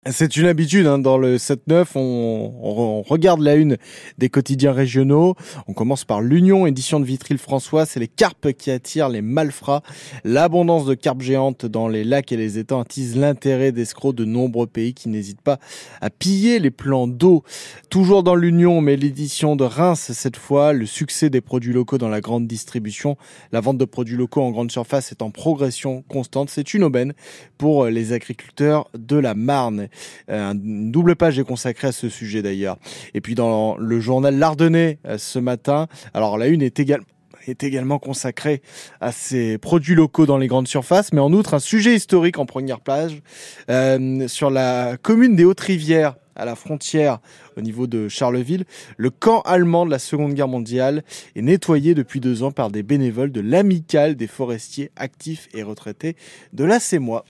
C'est une habitude, dans le 7-9, on regarde la une des quotidiens régionaux. On commence par l'Union, édition de Vitry-le-François. C'est les carpes qui attirent les malfrats. L'abondance de carpes géantes dans les lacs et les étangs attise l'intérêt d'escrocs de nombreux pays qui n'hésitent pas à piller les plans d'eau. Toujours dans l'Union, mais l'édition de Reims cette fois, le succès des produits locaux dans la grande distribution. La vente de produits locaux en grande surface est en progression constante. C'est une aubaine pour les agriculteurs de la Marne. Une double page est consacrée à ce sujet d'ailleurs. Et puis dans le journal L'Ardennais ce matin, alors la une est également consacrée à ces produits locaux dans les grandes surfaces, mais en outre un sujet historique en première page sur la commune des Hautes-Rivières, à la frontière au niveau de Charleville. Le camp allemand de la Seconde Guerre mondiale est nettoyé depuis 2 ans par des bénévoles de l'Amicale des forestiers actifs et retraités de la CEMOI.